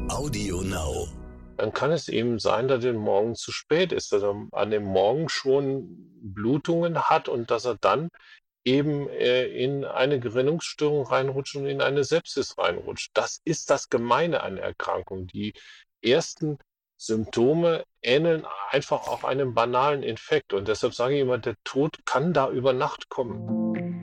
Audio Now. Dann kann es eben sein, dass er morgen zu spät ist, dass er an dem Morgen schon Blutungen hat und dass er dann eben in eine Gerinnungsstörung reinrutscht und in eine Sepsis reinrutscht. Das ist das Gemeine an Erkrankungen. Die ersten Symptome ähneln einfach auch einem banalen Infekt. Und deshalb sage ich immer, der Tod kann da über Nacht kommen.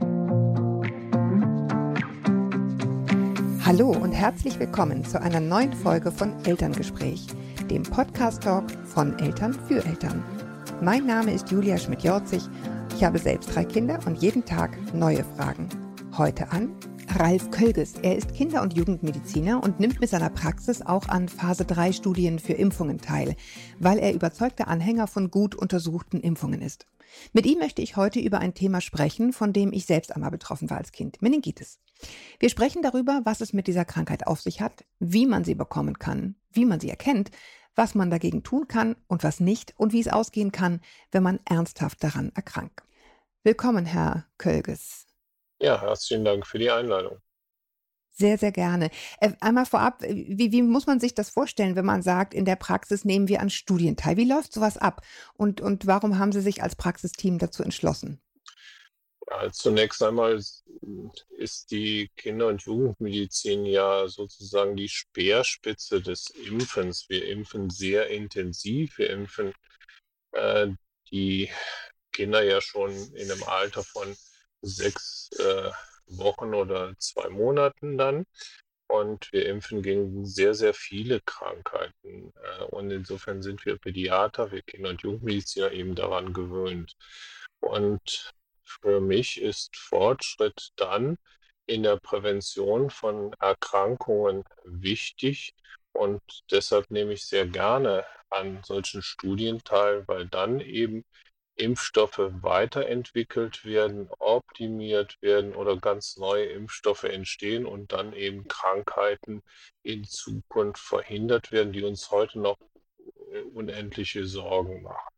Hallo und herzlich willkommen zu einer neuen Folge von Elterngespräch, dem Podcast-Talk von Eltern für Eltern. Mein Name ist Julia Schmidt-Jorzig. Ich habe selbst 3 Kinder und jeden Tag neue Fragen. Heute an Ralf Kölges. Er ist Kinder- und Jugendmediziner und nimmt mit seiner Praxis auch an Phase-3-Studien für Impfungen teil, weil er überzeugter Anhänger von gut untersuchten Impfungen ist. Mit ihm möchte ich heute über ein Thema sprechen, von dem ich selbst einmal betroffen war als Kind: Meningitis. Wir sprechen darüber, was es mit dieser Krankheit auf sich hat, wie man sie bekommen kann, wie man sie erkennt, was man dagegen tun kann und was nicht und wie es ausgehen kann, wenn man ernsthaft daran erkrankt. Willkommen, Herr Kölges. Ja, herzlichen Dank für die Einladung. Sehr, sehr gerne. Einmal vorab, wie muss man sich das vorstellen, wenn man sagt, in der Praxis nehmen wir an Studien teil? Wie läuft sowas ab? Und warum haben Sie sich als Praxisteam dazu entschlossen? Ja, zunächst einmal ist die Kinder- und Jugendmedizin ja sozusagen die Speerspitze des Impfens. Wir impfen sehr intensiv. Wir impfen die Kinder ja schon in einem Alter von 6 Wochen oder 2 Monaten dann. Und wir impfen gegen sehr, sehr viele Krankheiten. Und insofern sind wir Pädiater, wir Kinder- und Jugendmediziner eben daran gewöhnt. Und für mich ist Fortschritt dann in der Prävention von Erkrankungen wichtig. Und deshalb nehme ich sehr gerne an solchen Studien teil, weil dann eben Impfstoffe weiterentwickelt werden, optimiert werden oder ganz neue Impfstoffe entstehen und dann eben Krankheiten in Zukunft verhindert werden, die uns heute noch unendliche Sorgen machen.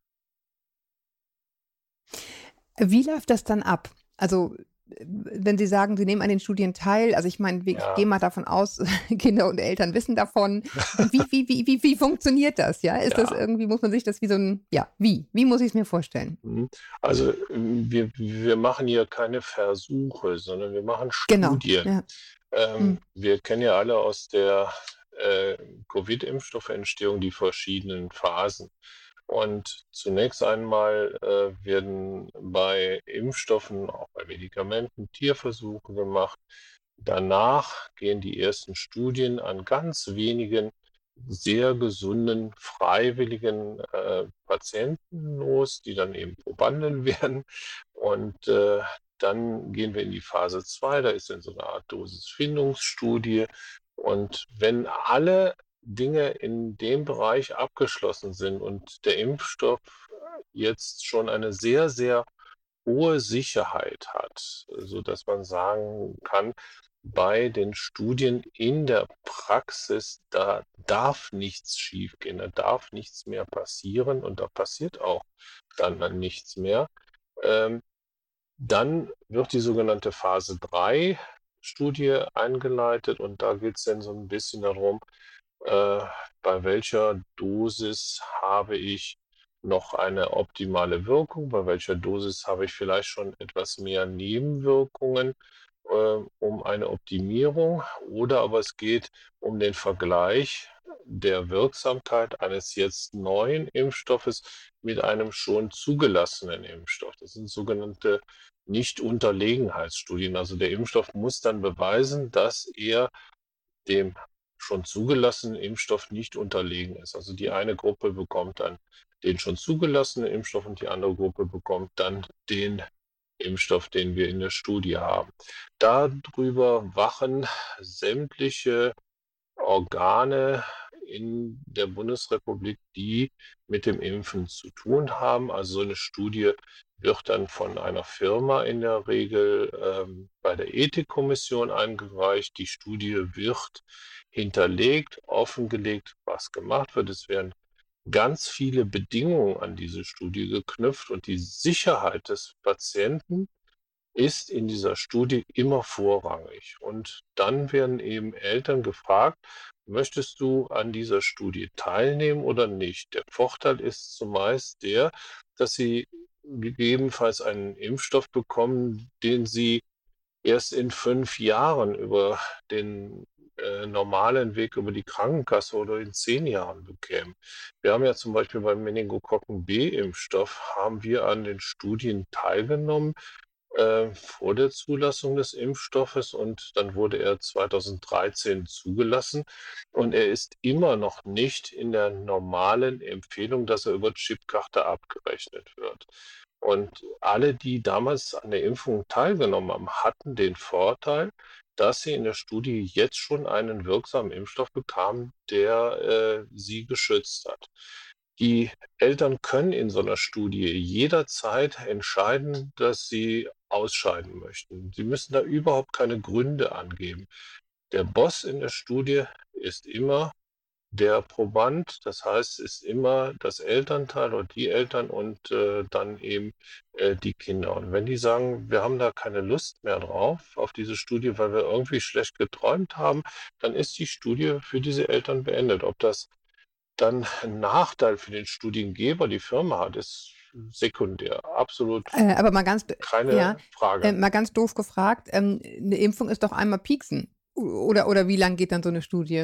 Wie läuft das dann ab? Also, wenn Sie sagen, Sie nehmen an den Studien teil, also ich meine, ich Ja, gehe mal davon aus, Kinder und Eltern wissen davon. Und wie funktioniert das? Ja, ist das ja. irgendwie, muss man sich das wie so ein, ja, wie muss ich es mir vorstellen? Also wir machen hier keine Versuche, sondern wir machen Genau, Studien. ja. Hm. Wir kennen ja alle aus der Covid-Impfstoffentstehung die verschiedenen Phasen. Und zunächst einmal werden bei Impfstoffen, auch bei Medikamenten, Tierversuche gemacht. Danach gehen die ersten Studien an ganz wenigen sehr gesunden, freiwilligen Patienten los, die dann eben Probanden werden. Und dann gehen wir in die Phase 2, da ist dann so eine Art Dosisfindungsstudie. Und wenn alle Dinge in dem Bereich abgeschlossen sind und der Impfstoff jetzt schon eine sehr, sehr hohe Sicherheit hat, sodass man sagen kann, bei den Studien in der Praxis, da darf nichts schiefgehen, da darf nichts mehr passieren und da passiert auch dann nichts mehr. Ähm, Dann wird die sogenannte Phase 3 Studie eingeleitet und da geht es dann so ein bisschen darum, äh, bei welcher Dosis habe ich noch eine optimale Wirkung, bei welcher Dosis habe ich vielleicht schon etwas mehr Nebenwirkungen, um eine Optimierung, oder aber es geht um den Vergleich der Wirksamkeit eines jetzt neuen Impfstoffes mit einem schon zugelassenen Impfstoff. Das sind sogenannte Nicht-Unterlegenheitsstudien. Also der Impfstoff muss dann beweisen, dass er dem schon zugelassenen Impfstoff nicht unterlegen ist. Also die eine Gruppe bekommt dann den schon zugelassenen Impfstoff und die andere Gruppe bekommt dann den Impfstoff, den wir in der Studie haben. Darüber wachen sämtliche Organe in der Bundesrepublik, die mit dem Impfen zu tun haben. Also so eine Studie wird dann von einer Firma in der Regel bei der Ethikkommission eingereicht. Die Studie wird hinterlegt, offengelegt, was gemacht wird. Es werden ganz viele Bedingungen an diese Studie geknüpft und die Sicherheit des Patienten ist in dieser Studie immer vorrangig. Und dann werden eben Eltern gefragt, möchtest du an dieser Studie teilnehmen oder nicht? Der Vorteil ist zumeist der, dass sie gegebenenfalls einen Impfstoff bekommen, den sie erst in 5 Jahren über den, normalen Weg über die Krankenkasse oder in 10 Jahren bekämen. Wir haben ja zum Beispiel beim Meningokokken-B-Impfstoff haben wir an den Studien teilgenommen, vor der Zulassung des Impfstoffes, und dann wurde er 2013 zugelassen und er ist immer noch nicht in der normalen Empfehlung, dass er über Chipkarte abgerechnet wird. Und alle, die damals an der Impfung teilgenommen haben, hatten den Vorteil, dass sie in der Studie jetzt schon einen wirksamen Impfstoff bekamen, der sie geschützt hat. Die Eltern können in so einer Studie jederzeit entscheiden, dass sie ausscheiden möchten. Sie müssen da überhaupt keine Gründe angeben. Der Boss in der Studie ist immer der Proband, das heißt, ist immer das Elternteil oder die Eltern und dann eben die Kinder. Und wenn die sagen, wir haben da keine Lust mehr drauf, auf diese Studie, weil wir irgendwie schlecht geträumt haben, dann ist die Studie für diese Eltern beendet. Ob das dann ein Nachteil für den Studiengeber, die Firma hat, ist sekundär. Absolut Aber mal ganz, ja, keine Frage. mal ganz doof gefragt, eine Impfung ist doch einmal pieksen. Oder wie lang geht dann so eine Studie?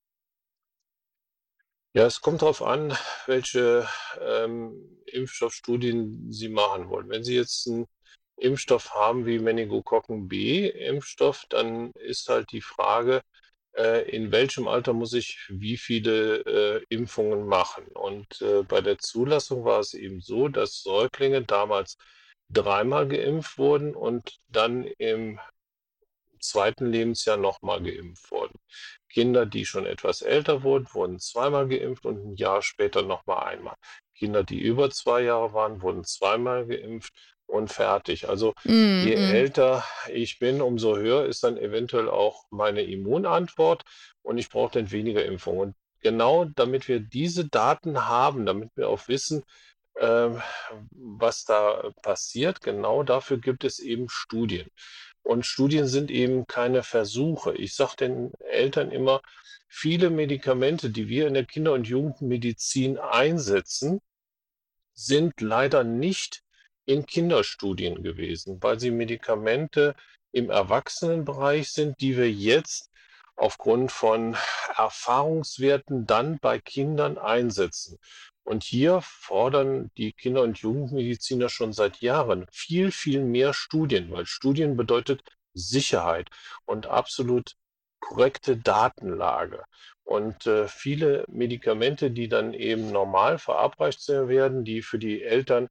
Ja, es kommt darauf an, welche Impfstoffstudien Sie machen wollen. Wenn Sie jetzt einen Impfstoff haben wie Meningokokken-B-Impfstoff, dann ist halt die Frage, in welchem Alter muss ich wie viele Impfungen machen? Und bei der Zulassung war es eben so, dass Säuglinge damals dreimal geimpft wurden und dann im zweiten Lebensjahr nochmal geimpft wurden. Kinder, die schon etwas älter wurden, wurden zweimal geimpft und ein Jahr später nochmal einmal. Kinder, die über 2 Jahre waren, wurden zweimal geimpft und fertig. Also Mhm, je mhm. älter ich bin, umso höher ist dann eventuell auch meine Immunantwort und ich brauche dann weniger Impfung. Und genau damit wir diese Daten haben, damit wir auch wissen, ähm, was da passiert, genau dafür gibt es eben Studien. Und Studien sind eben keine Versuche. Ich sage den Eltern immer, viele Medikamente, die wir in der Kinder- und Jugendmedizin einsetzen, sind leider nicht in Kinderstudien gewesen, weil sie Medikamente im Erwachsenenbereich sind, die wir jetzt aufgrund von Erfahrungswerten dann bei Kindern einsetzen. Und hier fordern die Kinder- und Jugendmediziner schon seit Jahren viel, viel mehr Studien, weil Studien bedeutet Sicherheit und absolut korrekte Datenlage. Und viele Medikamente, die dann eben normal verabreicht werden, die für die Eltern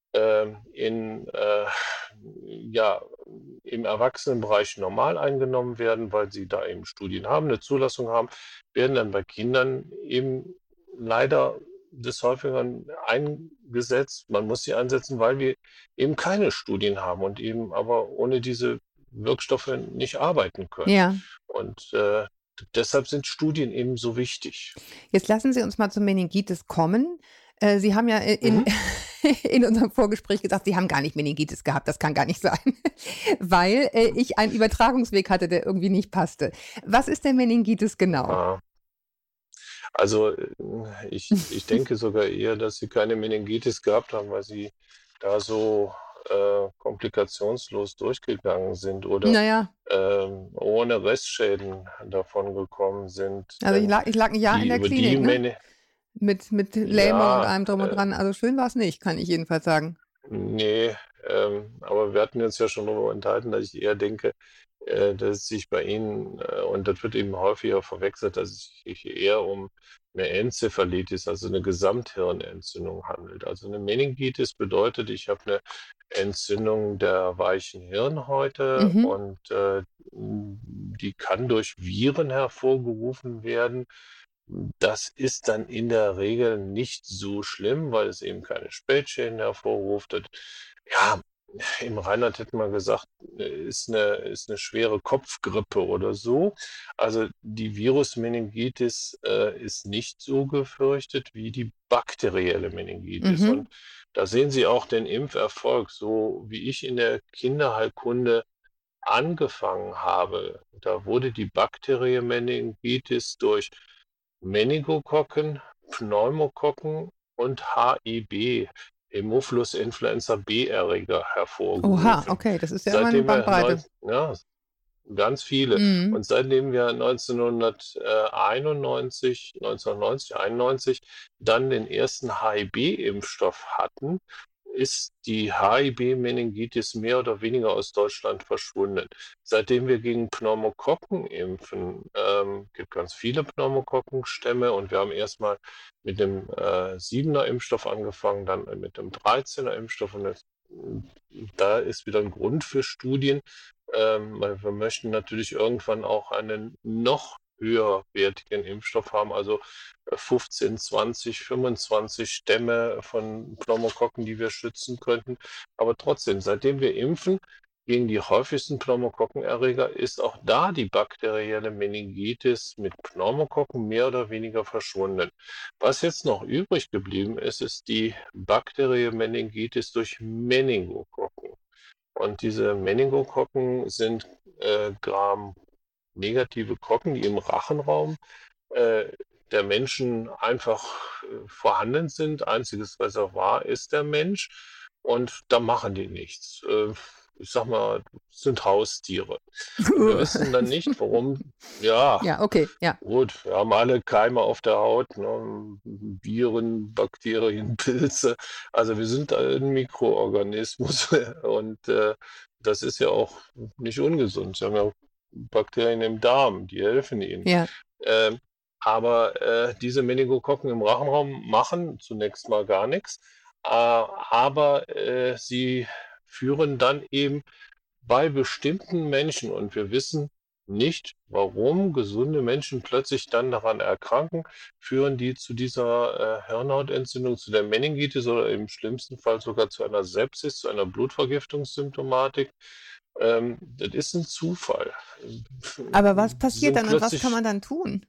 in, ja, im Erwachsenenbereich normal eingenommen werden, weil sie da eben Studien haben, eine Zulassung haben, werden dann bei Kindern eben leider des Häufigeren eingesetzt. Man muss sie einsetzen, weil wir eben keine Studien haben und eben aber ohne diese Wirkstoffe nicht arbeiten können. Ja. Und deshalb sind Studien eben so wichtig. Jetzt lassen Sie uns mal zur Meningitis kommen. Sie haben ja in Mhm. in unserem Vorgespräch gesagt, Sie haben gar nicht Meningitis gehabt. Das kann gar nicht sein, weil, ich einen Übertragungsweg hatte, der irgendwie nicht passte. Was ist denn Meningitis genau? Ah. Also, ich denke sogar eher, dass sie keine Meningitis gehabt haben, weil sie da so, komplikationslos durchgegangen sind oder, Na ja, ohne Restschäden davongekommen sind. also Denn ich lag 'n Jahr in die der über die Klinik, ne? Mene Mit Lähmung und ja, allem drum und dran. Also schön war's nicht, kann ich jedenfalls sagen. ne, aber wir hatten uns ja schon darüber unterhalten, dass ich eher denke, dass es sich bei Ihnen, und das wird eben häufiger verwechselt, dass es sich eher um eine Enzephalitis, also eine Gesamthirnentzündung handelt. Also eine Meningitis bedeutet, ich habe eine Entzündung der weichen Hirnhäute Mhm, und die kann durch Viren hervorgerufen werden. Das ist dann in der Regel nicht so schlimm, weil es eben keine Spätschäden hervorruft. Das, ja, im Rheinland hätte man gesagt, ist eine schwere Kopfgrippe oder so. Also die Virusmeningitis ist nicht so gefürchtet wie die bakterielle Meningitis. Und mhm. da sehen Sie auch den Impferfolg, so wie ich in der Kinderheilkunde angefangen habe, da wurde die Bakterie Meningitis durch Meningokokken, Pneumokokken und HIB, Haemophilus Influenza B-Erreger, Oha, hervorgerufen. okay, das ist ja immer eine Seitdem wir Bandbreite. ja, ganz viele. Mhm. Und seitdem wir 1991 dann den ersten HIB-Impfstoff hatten, ist die HIB-Meningitis mehr oder weniger aus Deutschland verschwunden. Seitdem wir gegen Pneumokokken impfen, gibt ganz viele Pneumokokkenstämme und wir haben erstmal mit dem 7er Impfstoff angefangen, dann mit dem 13er Impfstoff und da ist wieder ein Grund für Studien, weil wir möchten natürlich irgendwann auch einen noch höherwertigen Impfstoff haben, also 15, 20, 25 Stämme von Pneumokokken, die wir schützen könnten. Aber trotzdem, seitdem wir impfen gegen die häufigsten Pneumokokkenerreger, ist auch da die bakterielle Meningitis mit Pneumokokken mehr oder weniger verschwunden. Was jetzt noch übrig geblieben ist, ist die bakterielle Meningitis durch Meningokokken. Und diese Meningokokken sind Gram-negative Kokken, die im Rachenraum äh, der Menschen einfach vorhanden sind. Einziges Reservoir ist der Mensch und da machen die nichts. Ich sag mal, sind Haustiere. Und wir wissen dann nicht, warum. Ja, Ja, okay, ja. gut, wir haben alle Keime auf der Haut, ne? Viren, Bakterien, Pilze. Also wir sind ein Mikroorganismus und das ist ja auch nicht ungesund. Sie haben ja Bakterien im Darm, die helfen ihnen. Ja. Ähm, aber diese Meningokokken im Rachenraum machen zunächst mal gar nichts, aber sie führen dann eben bei bestimmten Menschen, und wir wissen nicht, warum gesunde Menschen plötzlich dann daran erkranken, führen die zu dieser Hirnhautentzündung, zu der Meningitis oder im schlimmsten Fall sogar zu einer Sepsis, zu einer Blutvergiftungssymptomatik. Das ist ein Zufall. Aber was passiert Sind dann und was kann plötzlich, man dann tun?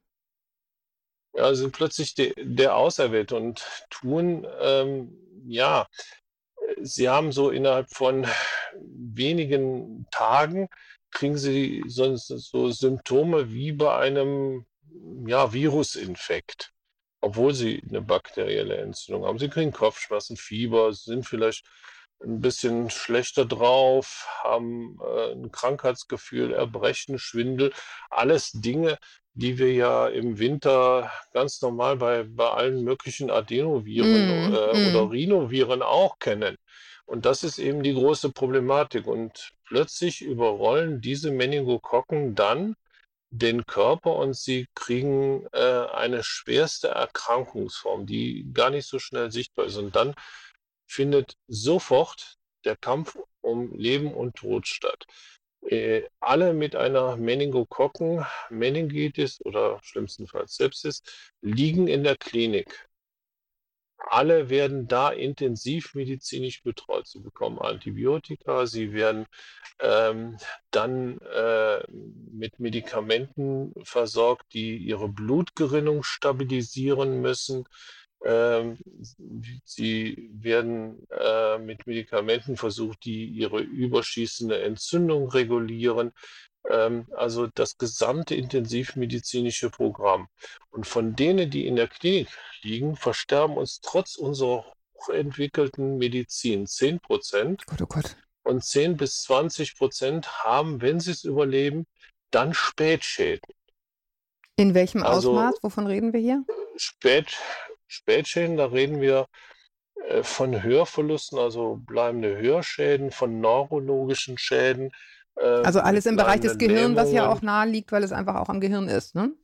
ja, sind plötzlich der Auserwählte und tun, ja, sie haben so innerhalb von wenigen Tagen kriegen sie so Symptome wie bei einem, ja, Virusinfekt, obwohl sie eine bakterielle Entzündung haben. Sie kriegen Kopfschmerzen, Fieber, sind vielleicht ein bisschen schlechter drauf, haben ein Krankheitsgefühl, Erbrechen, Schwindel, alles Dinge, die wir ja im Winter ganz normal bei allen möglichen Adenoviren Mm, oder mm. Rhinoviren auch kennen. Und das ist eben die große Problematik. Und plötzlich überrollen diese Meningokokken dann den Körper und sie kriegen eine schwerste Erkrankungsform, die gar nicht so schnell sichtbar ist. Und dann findet sofort der Kampf um Leben und Tod statt. Alle mit einer Meningokokken-Meningitis oder schlimmstenfalls Sepsis liegen in der Klinik. Alle werden da intensivmedizinisch betreut. Sie bekommen Antibiotika, sie werden ähm, dann mit Medikamenten versorgt, die ihre Blutgerinnung stabilisieren müssen. Ähm, Sie werden mit Medikamenten versucht, die ihre überschießende Entzündung regulieren. Also das gesamte intensivmedizinische Programm. Und von denen, die in der Klinik liegen, versterben uns trotz unserer hochentwickelten Medizin 10%. Gott, oh Gott. Und 10 bis 20% haben, wenn sie es überleben, dann Spätschäden. In welchem Also Ausmaß? Wovon reden wir hier? Spät, Spätschäden, da reden wir von Hörverlusten, also bleibende Hörschäden, von neurologischen Schäden, Also alles mit im Bereich des bleibenden Gehirns, was ja auch Lähmungen. nahe liegt, weil es einfach auch am Gehirn ist, ne?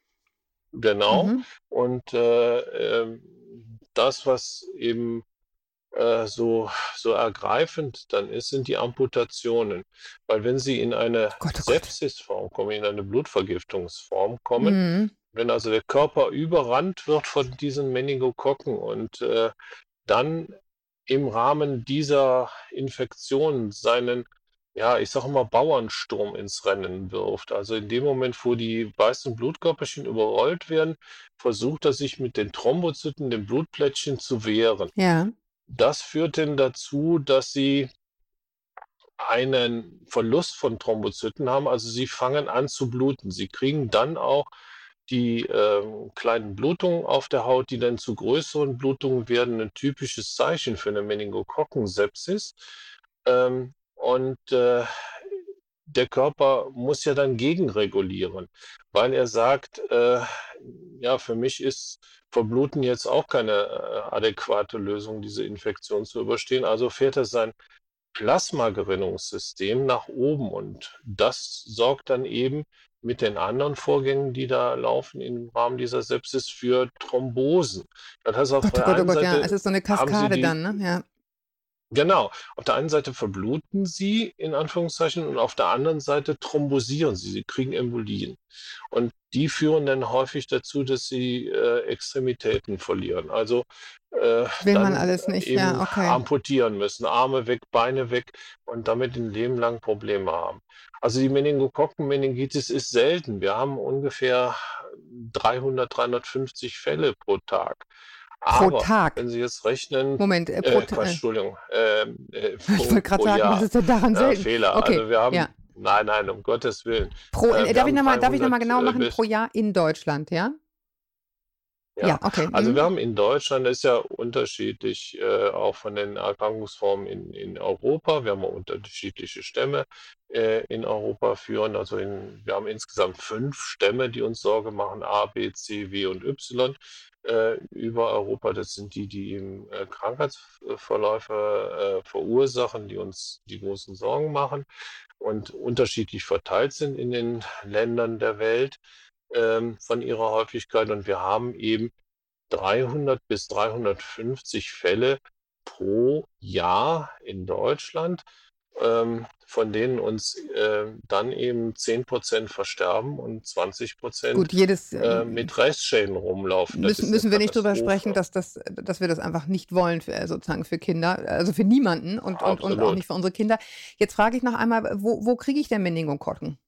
Genau. Mhm. Und das, was eben so ergreifend dann ist, sind die Amputationen. Weil wenn sie in eine Gott, oh Gott. Sepsisform kommen, in eine Blutvergiftungsform kommen, Mhm. wenn also der Körper überrannt wird von diesen Meningokokken und dann im Rahmen dieser Infektion seinen, ja, ich sage mal, Bauernsturm ins Rennen wirft. Also in dem Moment, wo die weißen Blutkörperchen überrollt werden, versucht er sich mit den Thrombozyten, den Blutplättchen, zu wehren. Ja. Das führt denn dazu, dass sie einen Verlust von Thrombozyten haben, also sie fangen an zu bluten. Sie kriegen dann auch die kleinen Blutungen auf der Haut, die dann zu größeren Blutungen werden, ein typisches Zeichen für eine Meningokokken-Sepsis. Und der Körper muss ja dann gegenregulieren, weil er sagt, ja, für mich ist Verbluten jetzt auch keine adäquate Lösung, diese Infektion zu überstehen. Also fährt er sein Plasmagerinnungssystem nach oben und das sorgt dann eben mit den anderen Vorgängen, die da laufen im Rahmen dieser Sepsis, für Thrombosen. Das heißt, auf Gott, oh der Gott, oh einen Gott, ja, es Seite ist so eine haben Sie Kaskade dann, ne? Ja. genau, auf der einen Seite verbluten sie in Anführungszeichen und auf der anderen Seite thrombosieren sie. Sie kriegen Embolien. Und die führen dann häufig dazu, dass sie Extremitäten verlieren. Also Will man dann alles nicht, ja, eben okay. amputieren müssen, Arme weg, Beine weg und damit ein Leben lang Probleme haben. Also die Meningokokken-Meningitis ist selten. Wir haben ungefähr 300, 350 Fälle pro Tag. Pro Aber Tag. wenn Sie jetzt rechnen, Moment, Quatsch, Entschuldigung, ich wollte gerade sagen, was ist denn daran selten? Fehler. Okay, Also wir ja. haben, nein, um Gottes Willen. Wir Darf ich haben nochmal 300 genau machen, bis, pro Jahr in Deutschland, ja? ja, Ja, okay. also wir haben in Deutschland, das ist ja unterschiedlich, auch von den Erkrankungsformen in Europa. Wir haben auch unterschiedliche Stämme in Europa führen. Also wir haben insgesamt 5 Stämme, die uns Sorge machen, A, B, C, W und Y über Europa. Das sind die eben Krankheitsverläufe verursachen, die uns die großen Sorgen machen und unterschiedlich verteilt sind in den Ländern der Welt von ihrer Häufigkeit. Und wir haben eben 300 bis 350 Fälle pro Jahr in Deutschland, von denen uns dann eben 10% versterben und 20% gut, jedes mit Restschäden rumlaufen. Das ist eine müssen wir nicht drüber sprechen, Katastrophe. dass wir das einfach nicht wollen für, sozusagen für Kinder, also für niemanden und auch Absolut. nicht für unsere Kinder. Jetzt frage ich noch einmal, wo kriege ich denn Meningokokken?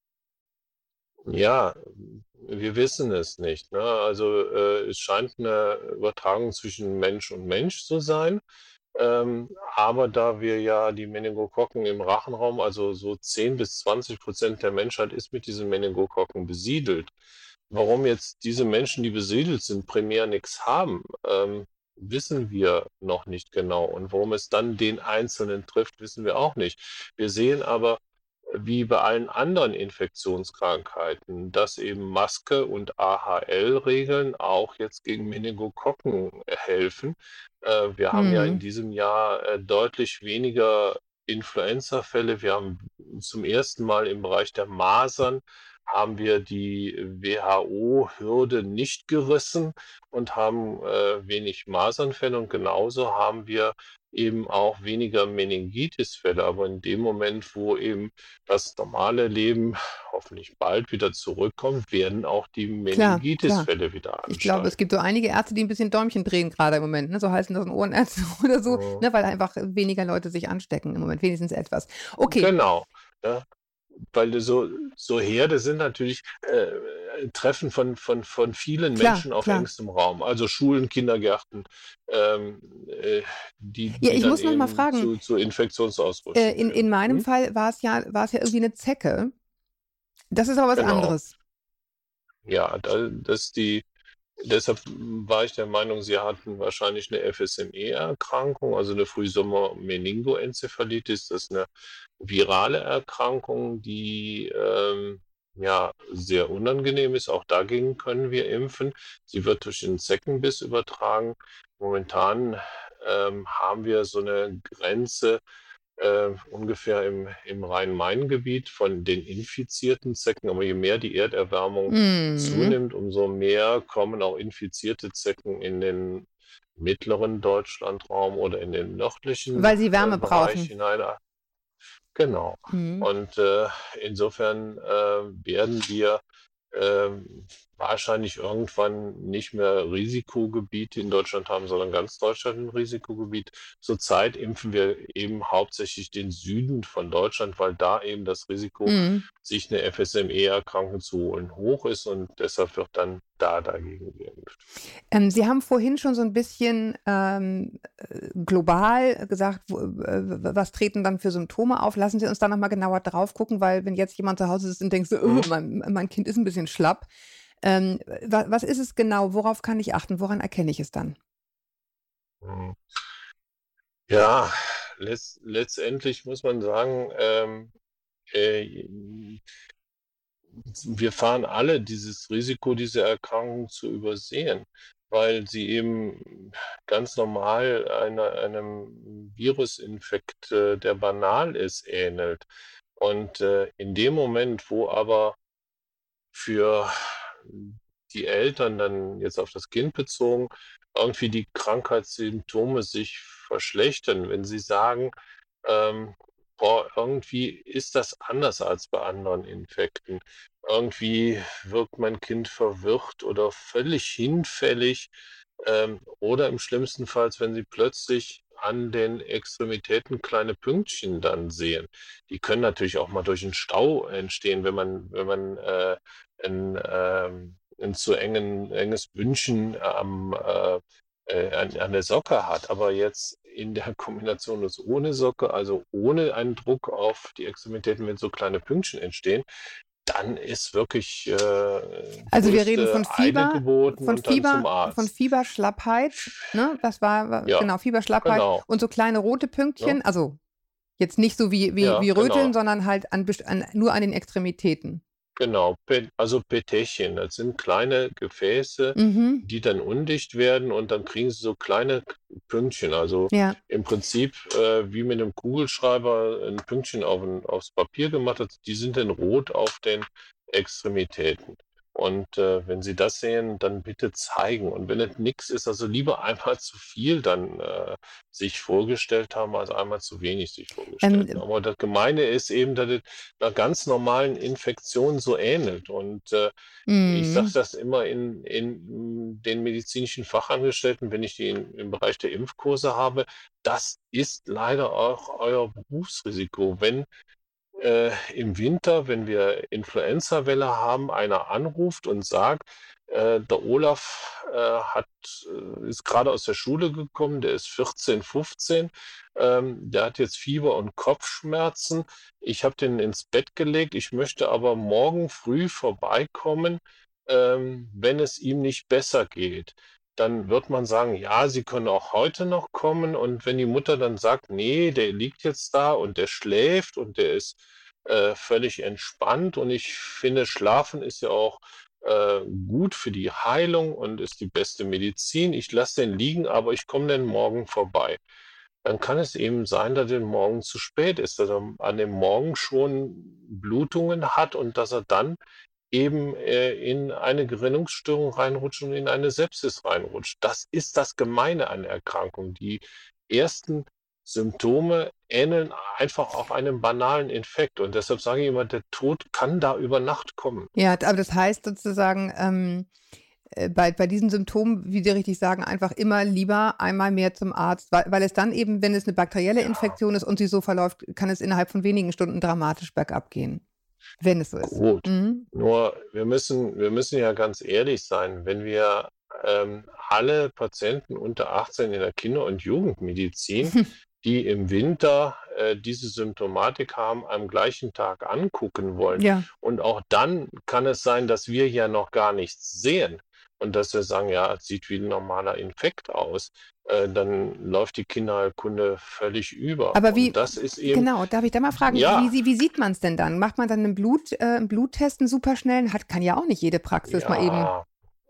Ja, wir wissen es nicht. Ne? Also es scheint eine Übertragung zwischen Mensch und Mensch zu sein. Aber da wir ja die Meningokokken im Rachenraum, also so 10 bis 20% der Menschheit ist mit diesen Meningokokken besiedelt. Warum jetzt diese Menschen, die besiedelt sind, primär nichts haben, wissen wir noch nicht genau. Und warum es dann den Einzelnen trifft, wissen wir auch nicht. Wir sehen aber, wie bei allen anderen Infektionskrankheiten, dass eben Maske und AHL-Regeln auch jetzt gegen Meningokokken helfen. Wir haben ja in diesem Jahr deutlich weniger Influenza-Fälle. Wir haben zum ersten Mal im Bereich der Masern haben wir die WHO-Hürde nicht gerissen und haben wenig Masernfälle und genauso haben wir eben auch weniger Meningitis-Fälle. Aber in dem Moment, wo eben das normale Leben hoffentlich bald wieder zurückkommt, werden auch die Klar. Meningitis-Fälle wieder Ich glaube, es ansteigen. gibt so einige Ärzte, die ein bisschen Däumchen drehen gerade im Moment, ne? So heißen das Ohrenärzte oder so, ne? Weil einfach weniger Leute sich anstecken im Moment, wenigstens etwas. Okay, Genau. Ja. Weil so Herde sind natürlich Treffen von vielen Menschen auf klar. engstem Raum. Also Schulen, Kindergärten, die Ja, ich dann muss noch mal eben fragen, zu Infektionsausbrüchen in führen. meinem Fall war es ja irgendwie eine Zecke. Das ist aber was Genau. anderes. Ja, deshalb war ich der Meinung, Sie hatten wahrscheinlich eine FSME-Erkrankung, also eine Frühsommer-Meningoenzephalitis. Das ist eine virale Erkrankung, die ja sehr unangenehm ist. Auch dagegen können wir impfen. Sie wird durch den Zeckenbiss übertragen. Momentan haben wir so eine Grenze ungefähr im Rhein-Main-Gebiet von den infizierten Zecken. Aber je mehr die Erderwärmung zunimmt, umso mehr kommen auch infizierte Zecken in den mittleren Deutschlandraum oder in den nördlichen Weil sie Wärme Bereich brauchen. hinein. Genau. Mhm. Und insofern werden wir wahrscheinlich irgendwann nicht mehr Risikogebiete in Deutschland haben, sondern ganz Deutschland ein Risikogebiet. Zurzeit impfen wir eben hauptsächlich den Süden von Deutschland, weil da eben das Risiko, Mhm. sich eine FSME-Erkrankung zu holen, hoch ist und deshalb wird dann da dagegen geimpft. Sie haben vorhin schon so ein bisschen, global gesagt, was treten dann für Symptome auf? Lassen Sie uns da noch mal genauer drauf gucken, weil wenn jetzt jemand zu Hause sitzt und denkt so: Mhm. mein Kind ist ein bisschen schlapp.“ was ist es genau? Worauf kann ich achten? Woran erkenne ich es dann? Mhm. Ja, letztendlich muss man sagen, äh, wir fahren alle dieses Risiko, diese Erkrankung zu übersehen, weil sie eben ganz normal einem Virusinfekt, der banal ist, ähnelt. Und in dem Moment, wo aber für die Eltern dann jetzt auf das Kind bezogen, irgendwie die Krankheitssymptome sich verschlechtern, wenn sie sagen, boah, irgendwie ist das anders als bei anderen Infekten. Irgendwie wirkt mein Kind verwirrt oder völlig hinfällig, oder im schlimmsten Fall, wenn sie plötzlich an den Extremitäten kleine Pünktchen dann sehen. Die können natürlich auch mal durch 'n Stau entstehen, wenn man 'n zu enges Bündchen an der Socke hat. Aber jetzt in der Kombination ist ohne Socke, also ohne einen Druck auf die Extremitäten, wenn so kleine Pünktchen entstehen, dann ist wirklich, Also, wir reden größte Eile geboten und dann zum Von Arzt. Fieber, Schlappheit, ne? Das war Ja, genau, Fieber, Schlappheit genau, und so kleine rote ne? Pünktchen, also jetzt nicht so wie Ja, Röteln, genau. sondern halt nur an den Extremitäten. Genau, Petechien, das sind kleine Gefäße, Mhm. die dann undicht werden und dann kriegen sie so kleine Pünktchen. Also Ja. im Prinzip, wie mit 'nem Kugelschreiber 'n Pünktchen aufs Papier gemacht hat, die sind dann rot auf den Extremitäten. Und wenn Sie das sehen, dann bitte zeigen. Und wenn es nix ist, also lieber einmal zu viel dann sich vorgestellt haben, als einmal zu wenig sich vorgestellt haben. Ähm, Aber das Gemeine ist eben, dass es 'ner ganz normalen Infektion so ähnelt. Und ich sage mhm. das immer in den medizinischen Fachangestellten, wenn ich die im Bereich der Impfkurse habe: „Das ist leider auch euer Berufsrisiko. Wenn im Winter, wenn wir Influenzawelle haben, einer anruft und sagt, der Olaf ist gerade aus der Schule gekommen, der ist 14, 15, der hat jetzt Fieber und Kopfschmerzen. Ich habe den ins Bett gelegt, ich möchte aber morgen früh vorbeikommen, wenn es ihm nicht besser geht. Dann wird man sagen, ja, Sie können auch heute noch kommen. Und wenn die Mutter dann sagt, nee, der liegt jetzt da und der schläft und der ist völlig entspannt. Und ich finde, Schlafen ist ja auch gut für die Heilung und ist die beste Medizin. Ich lasse den liegen, aber ich komme dann morgen vorbei. Dann kann es eben sein, dass er morgen zu spät ist, dass er an dem Morgen schon Blutungen hat und dass er dann eben in eine Gerinnungsstörung reinrutscht und in eine Sepsis reinrutscht. Das ist das Gemeine an der Erkrankung. Die ersten Symptome ähneln einfach auch einem banalen Infekt. Und deshalb sage ich immer, der Tod kann da über Nacht kommen. Ja, aber das heißt sozusagen, bei diesen Symptomen, wie Sie richtig sagen, einfach immer lieber einmal mehr zum Arzt, weil es dann eben, wenn es eine bakterielle Ja, Infektion ist und sie so verläuft, kann es innerhalb von wenigen Stunden dramatisch bergab gehen, wenn es so ist. gut. Mhm. Nur wir müssen ja ganz ehrlich sein, wenn wir alle Patienten unter 18 in der Kinder- und Jugendmedizin, die im Winter diese Symptomatik haben, am gleichen Tag angucken wollen. Ja. Und auch dann kann es sein, dass wir ja noch gar nichts sehen und dass wir sagen, ja, es sieht wie ein normaler Infekt aus. Dann läuft die Kinderheilkunde völlig über. Aber Und das ist eben, genau, darf ich da mal fragen, ja, wie sieht man es denn dann? Macht man dann 'n Bluttest, 'n superschnellen? Kann ja auch nicht jede Praxis mal eben. ja.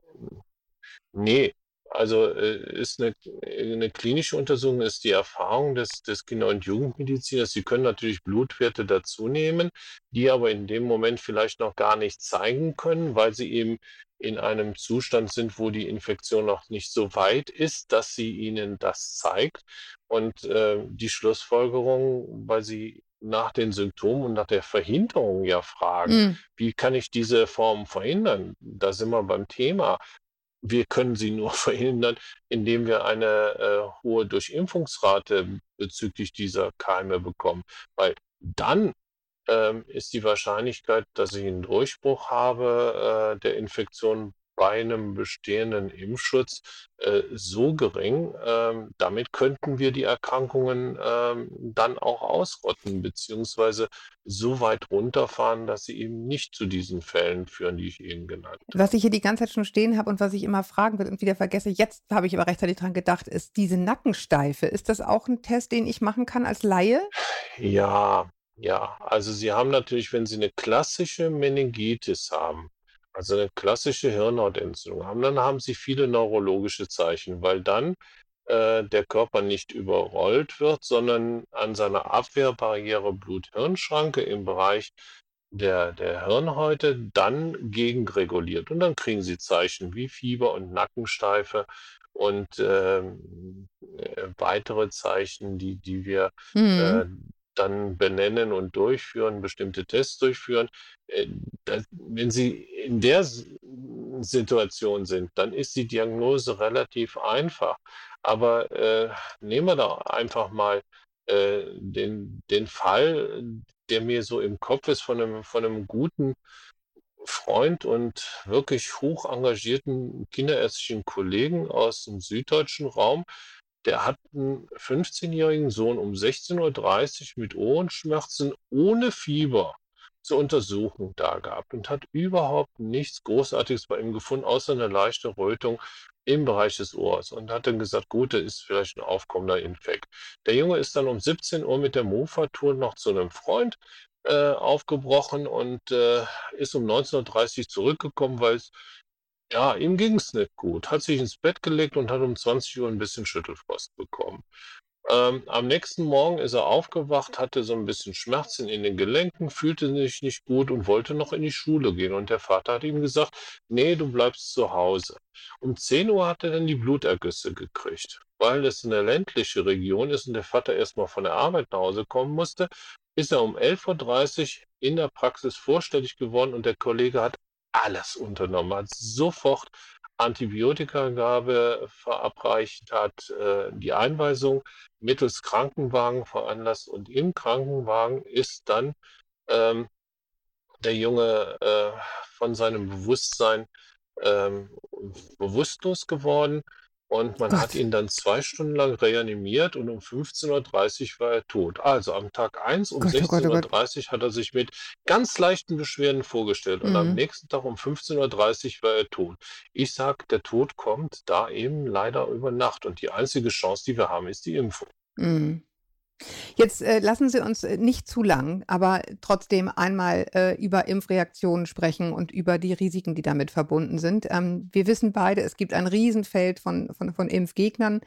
Ne, also, ist 'ne klinische Untersuchung ist die Erfahrung des Kinder- und Jugendmediziners. Sie können natürlich Blutwerte dazunehmen, die aber in dem Moment vielleicht noch gar nicht zeigen können, weil sie eben in einem Zustand sind, wo die Infektion noch nicht so weit ist, dass sie ihnen das zeigt. Und die Schlussfolgerung, weil sie nach den Symptomen und nach der Verhinderung ja fragen. Mhm. Wie kann ich diese Form verhindern? Da sind wir beim Thema. Wir können sie nur verhindern, indem wir eine hohe Durchimpfungsrate bezüglich dieser Keime bekommen, weil dann ist die Wahrscheinlichkeit, dass ich einen Durchbruch habe der Infektion bei einem bestehenden Impfschutz so gering. Damit könnten wir die Erkrankungen dann auch ausrotten, beziehungsweise so weit runterfahren, dass sie eben nicht zu diesen Fällen führen, die ich eben genannt Was habe. ich hier die ganze Zeit schon stehen habe und was ich immer fragen will und wieder vergesse, jetzt habe ich aber rechtzeitig dran gedacht, ist diese Nackensteife. Ist das auch 'n Test, den ich machen kann als Laie? Ja, ja. Also, Sie haben natürlich, wenn Sie eine klassische Meningitis haben, also eine klassische Hirnhautentzündung haben, dann haben Sie viele neurologische Zeichen, weil dann der Körper nicht überrollt wird, sondern an seiner Abwehrbarriere Blut-Hirn-Schranke im Bereich der Hirnhäute dann gegenreguliert. Und dann kriegen Sie Zeichen wie Fieber und Nackensteife und weitere Zeichen, die wir äh, Mhm. dann benennen und durchführen, bestimmte Tests durchführen. Wenn Sie in der Situation sind, dann ist die Diagnose relativ einfach. Aber nehmen wir doch einfach mal den Fall, der mir so im Kopf ist von einem guten Freund und wirklich hoch engagierten kinderärztlichen Kollegen aus dem süddeutschen Raum. Der hat einen 15-jährigen Sohn um 16:30 Uhr mit Ohrenschmerzen ohne Fieber zur Untersuchung da gehabt und hat überhaupt nichts Großartiges bei ihm gefunden, außer eine leichte Rötung im Bereich des Ohrs und hat dann gesagt: „Gut, das ist vielleicht ein aufkommender Infekt.“ Der Junge ist dann um 17 Uhr mit der Mofa-Tour noch zu einem Freund aufgebrochen und ist um 19:30 Uhr zurückgekommen, weil es ja, ihm ging's nicht gut. Hat sich ins Bett gelegt und hat um 20 Uhr ein bisschen Schüttelfrost bekommen. Am nächsten Morgen ist er aufgewacht, hatte so ein bisschen Schmerzen in den Gelenken, fühlte sich nicht gut und wollte noch in die Schule gehen. Und der Vater hat ihm gesagt: „Nee, du bleibst zu Hause.“ Um 10 Uhr hat er dann die Blutergüsse gekriegt. Weil es eine ländliche Region ist und der Vater erst mal von der Arbeit nach Hause kommen musste, ist er um 11:30 Uhr in der Praxis vorstellig geworden und der Kollege hat alles unternommen, hat sofort Antibiotikagabe verabreicht, hat die Einweisung mittels Krankenwagen veranlasst und im Krankenwagen ist dann ähm, der Junge von seinem Bewusstsein ähm, bewusstlos geworden und man hat Gott, ihn dann 2 Stunden lang reanimiert und um 15:30 Uhr war er tot. Also am Tag eins um Gott, oh Gott, 16:30 oh Gott. Uhr hat er sich mit ganz leichten Beschwerden vorgestellt und am Mhm. nächsten Tag um 15:30 Uhr war er tot. Ich sage, der Tod kommt da eben leider über Nacht und die einzige Chance, die wir haben, ist die Impfung. Mhm. Jetzt, lassen Sie uns, nicht zu lang, aber trotzdem einmal, über Impfreaktionen sprechen und über die Risiken, die damit verbunden sind. Wir wissen beide, es gibt ein Riesenfeld von Impfgegnern,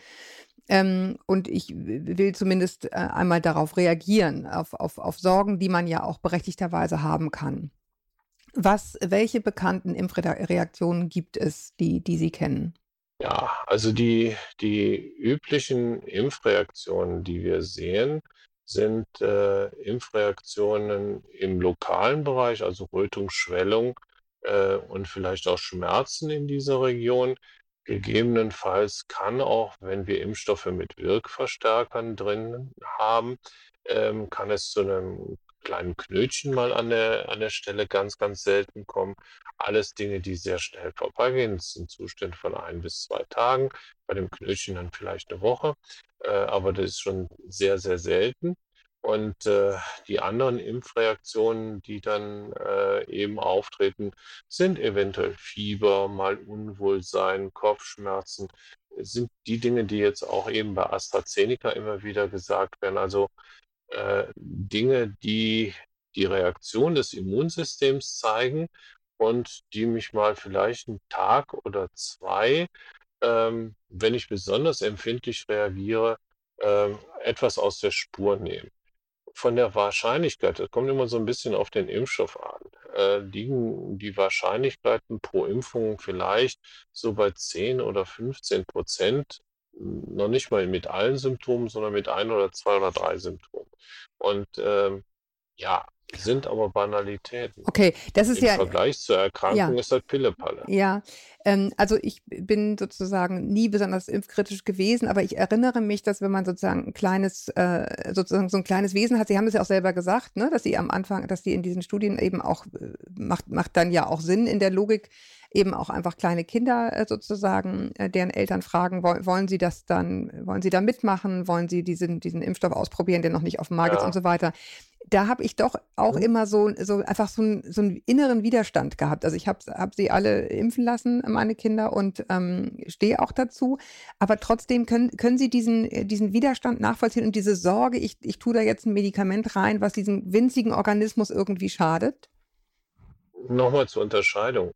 und ich will zumindest, einmal darauf reagieren, auf Sorgen, die man ja auch berechtigterweise haben kann. Welche bekannten Impfreaktionen gibt es, die Sie kennen? Ja, also die üblichen Impfreaktionen, die wir sehen, sind Impfreaktionen im lokalen Bereich, also Rötung, Schwellung und vielleicht auch Schmerzen in dieser Region. Gegebenenfalls kann auch, wenn wir Impfstoffe mit Wirkverstärkern drin haben, kann es zu einem kleinen Knötchen mal an der Stelle ganz, ganz selten kommen. Alles Dinge, die sehr schnell vorbeigehen. Das sind Zustände von 1 bis 2 Tagen, bei dem Knötchen dann vielleicht eine Woche, aber das ist schon sehr, sehr selten. Und die anderen Impfreaktionen, die dann eben auftreten, sind eventuell Fieber, mal Unwohlsein, Kopfschmerzen. Es sind die Dinge, die jetzt auch eben bei AstraZeneca immer wieder gesagt werden. Also Dinge, die die Reaktion des Immunsystems zeigen und die mich mal vielleicht einen Tag oder 2, wenn ich besonders empfindlich reagiere, etwas aus der Spur nehmen. Von der Wahrscheinlichkeit, das kommt immer so ein bisschen auf den Impfstoff an, liegen die Wahrscheinlichkeiten pro Impfung vielleicht so bei 10 oder 15%, noch nicht mal mit allen Symptomen, sondern mit 1 oder 2 oder 3 Symptomen. Und ja, sind aber Banalitäten. Okay, das ist Im ja, Vergleich zur ja. Erkrankung ist das Pillepalle. Ja, also ich bin sozusagen nie besonders impfkritisch gewesen, aber ich erinnere mich, dass wenn man sozusagen ein kleines, sozusagen so ein kleines Wesen hat, Sie haben es ja auch selber gesagt, ne, dass Sie am Anfang, dass Sie in diesen Studien eben auch, macht dann ja auch Sinn in der Logik, eben auch einfach kleine Kinder sozusagen, deren Eltern fragen, wollen Sie das dann, wollen Sie da mitmachen, wollen Sie diesen Impfstoff ausprobieren, der noch nicht auf dem Markt ist und Ja. so weiter. Da habe ich doch auch Mhm. immer so einfach so einen inneren Widerstand gehabt. Also, ich habe sie alle impfen lassen, meine Kinder, und, stehe auch dazu. Aber trotzdem können Sie diesen Widerstand nachvollziehen und diese Sorge, ich tue da jetzt ein Medikament rein, was diesem winzigen Organismus irgendwie schadet? Nochmal zur Unterscheidung.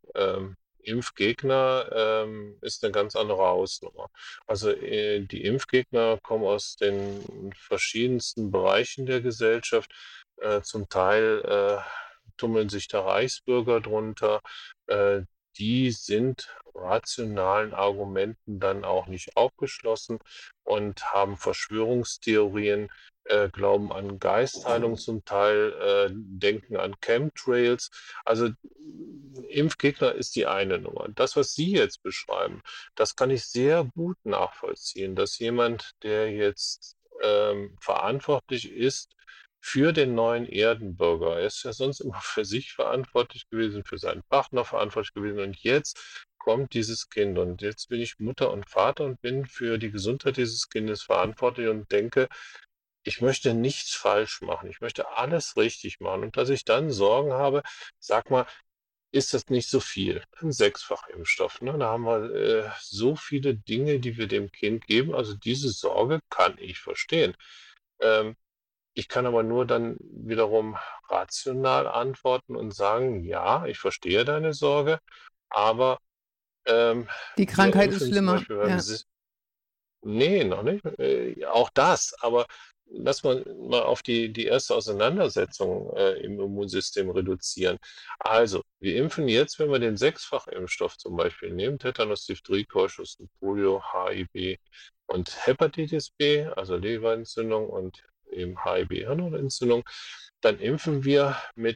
Impfgegner ist eine ganz andere Hausnummer. Also die Impfgegner kommen aus den verschiedensten Bereichen der Gesellschaft. Zum Teil tummeln sich da Reichsbürger drunter. Äh, Die sind rationalen Argumenten dann auch nicht aufgeschlossen und haben Verschwörungstheorien, glauben an Geistheilung zum Teil, denken an Chemtrails. Also Impfgegner ist die eine Nummer. Das, was Sie jetzt beschreiben, das kann ich sehr gut nachvollziehen, dass jemand, der jetzt verantwortlich ist für den neuen Erdenbürger, er ist ja sonst immer für sich verantwortlich gewesen, für seinen Partner verantwortlich gewesen, und jetzt kommt dieses Kind und jetzt bin ich Mutter und Vater und bin für die Gesundheit dieses Kindes verantwortlich und denke, ich möchte nichts falsch machen. Ich möchte alles richtig machen. Und dass ich dann Sorgen habe, sag mal, ist das nicht so viel? Ein Sechsfachimpfstoff, ne? Da haben wir so viele Dinge, die wir dem Kind geben. Also diese Sorge kann ich verstehen. Ähm, Ich kann aber nur dann wiederum rational antworten und sagen, ja, ich verstehe deine Sorge, aber Die wir Krankheit ist impfen zum schlimmer, Beispiel beim ja. Sis. Nee, noch nicht. Auch das, aber lass mal auf die erste Auseinandersetzung im Immunsystem reduzieren. Also, wir impfen jetzt, wenn wir den Sechsfachimpfstoff zum Beispiel nehmen, Tetanus, Diphtherie, Keuchhusten und Polio, HIV und Hepatitis B, also Leberentzündung und eben HIV-Hirnhautentzündung, dann impfen wir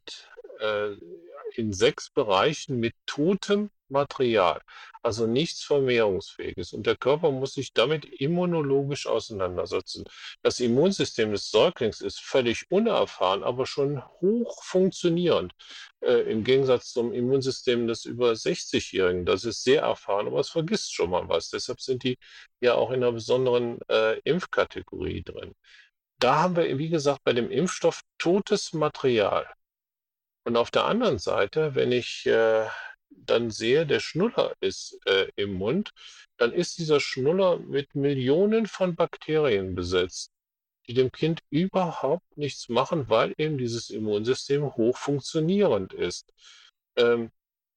äh, in 6 Bereichen mit totem Material, also nichts Vermehrungsfähiges. Und der Körper muss sich damit immunologisch auseinandersetzen. Das Immunsystem des Säuglings ist völlig unerfahren, aber schon hoch funktionierend. Im Gegensatz zum Immunsystem des über 60-Jährigen. Das ist sehr erfahren, aber es vergisst schon mal was. Deshalb sind die ja auch in einer besonderen Impfkategorie drin. Da haben wir, wie gesagt, bei dem Impfstoff totes Material. Und auf der anderen Seite, wenn ich dann sehe, der Schnuller ist im Mund, dann ist dieser Schnuller mit Millionen von Bakterien besetzt, die dem Kind überhaupt nichts machen, weil eben dieses Immunsystem hoch funktionierend ist. Ähm,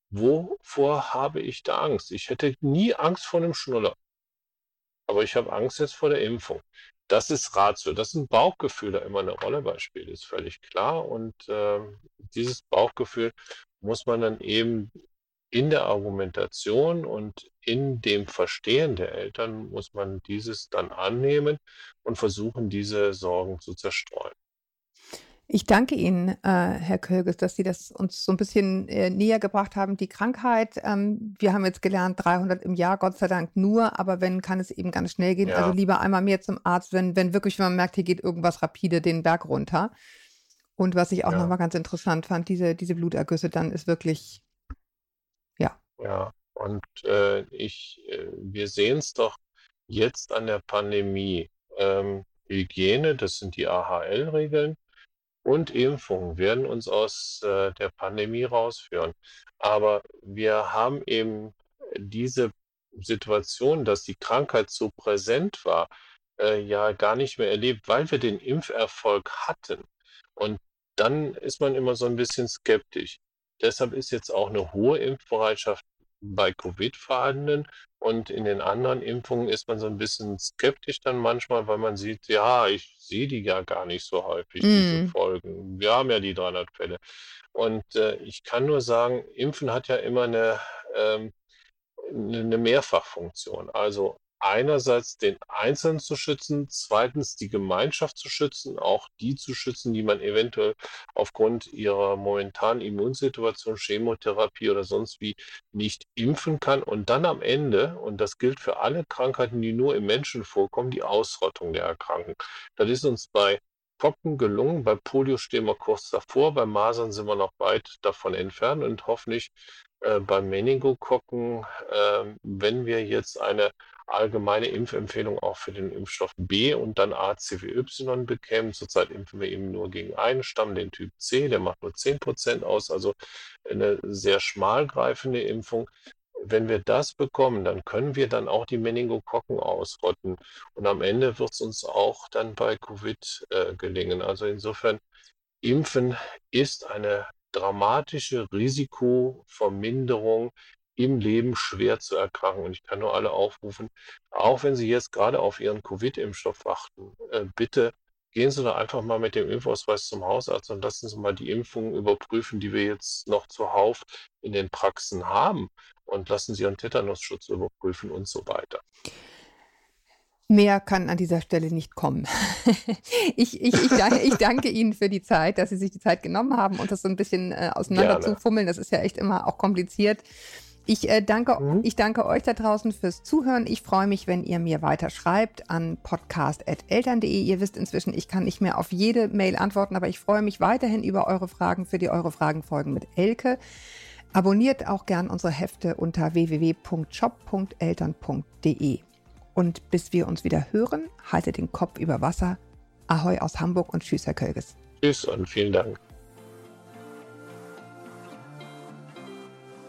Wovor habe ich da Angst? Ich hätte nie Angst vor einem Schnuller. Aber ich habe Angst jetzt vor der Impfung. Das ist Ratio. Dass ein Bauchgefühl da immer eine Rolle bei spielt, ist völlig klar. Und dieses Bauchgefühl muss man dann eben in der Argumentation und in dem Verstehen der Eltern muss man dieses dann annehmen und versuchen, diese Sorgen zu zerstreuen. Ich danke Ihnen, Herr Kölges, dass Sie das uns so ein bisschen, näher gebracht haben, die Krankheit. Wir haben jetzt gelernt, 300 im Jahr, Gott sei Dank nur, aber wenn, kann es eben ganz schnell gehen. Also Ja, lieber einmal mehr zum Arzt, wenn wirklich, wenn man merkt, hier geht irgendwas rapide den Berg runter. Und was ich auch noch ja, mal ganz interessant fand, diese Blutergüsse dann ist wirklich, ja. ja. Und wir sehen es doch jetzt an der Pandemie. Hygiene, das sind die AHL-Regeln. Und Impfungen werden uns aus der Pandemie rausführen. Aber wir haben eben diese Situation, dass die Krankheit so präsent war, ja gar nicht mehr erlebt, weil wir den Impferfolg hatten. Und dann ist man immer so ein bisschen skeptisch. Deshalb ist jetzt auch eine hohe Impfbereitschaft bei Covid vorhanden. Und in den anderen Impfungen ist man so ein bisschen skeptisch dann manchmal, weil man sieht, ja, ich sehe die ja gar nicht so häufig, diese Mhm. Folgen. Wir haben ja die 300 Fälle. Und ich kann nur sagen, Impfen hat ja immer eine Mehrfachfunktion. Also einerseits den Einzelnen zu schützen, zweitens die Gemeinschaft zu schützen, auch die zu schützen, die man eventuell aufgrund ihrer momentanen Immunsituation, Chemotherapie oder sonst wie nicht impfen kann. Und dann am Ende, und das gilt für alle Krankheiten, die nur im Menschen vorkommen, die Ausrottung der Erkrankung. Das ist uns bei Pocken gelungen, bei Polio stehen wir kurz davor, bei Masern sind wir noch weit davon entfernt und hoffentlich bei Meningokokken, wenn wir jetzt eine allgemeine Impfempfehlung auch für den Impfstoff B und dann ACWY bekämen. Zurzeit impfen wir eben nur gegen einen Stamm, den Typ C, der macht nur 10% aus, also eine sehr schmal greifende Impfung. Wenn wir das bekommen, dann können wir dann auch die Meningokokken ausrotten. Und am Ende wird es uns auch dann bei Covid gelingen. Also insofern, Impfen ist eine dramatische Risikoverminderung im Leben schwer zu erkranken. Und ich kann nur alle aufrufen, auch wenn Sie jetzt gerade auf Ihren Covid-Impfstoff warten, bitte gehen Sie doch einfach mal mit dem Impfausweis zum Hausarzt und lassen Sie mal die Impfungen überprüfen, die wir jetzt noch zuhauf in den Praxen haben. Und lassen Sie Ihren Tetanusschutz überprüfen und so weiter. Mehr kann an dieser Stelle nicht kommen. Ich danke Ihnen für die Zeit, dass Sie sich die Zeit genommen haben und das so ein bisschen auseinander zu fummeln. Das ist ja echt immer auch kompliziert. Ich danke euch da draußen fürs Zuhören. Ich freue mich, wenn ihr mir weiter schreibt an podcast@eltern.de. Ihr wisst inzwischen, ich kann nicht mehr auf jede Mail antworten, aber ich freue mich weiterhin über eure Fragen für die Eure Fragen Folgen mit Elke. Abonniert auch gern unsere Hefte unter www.shop.eltern.de. Und bis wir uns wieder hören, haltet den Kopf über Wasser. Ahoi aus Hamburg und tschüss, Herr Kölges. Tschüss und vielen Dank.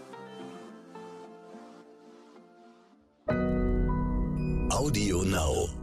Audio Now.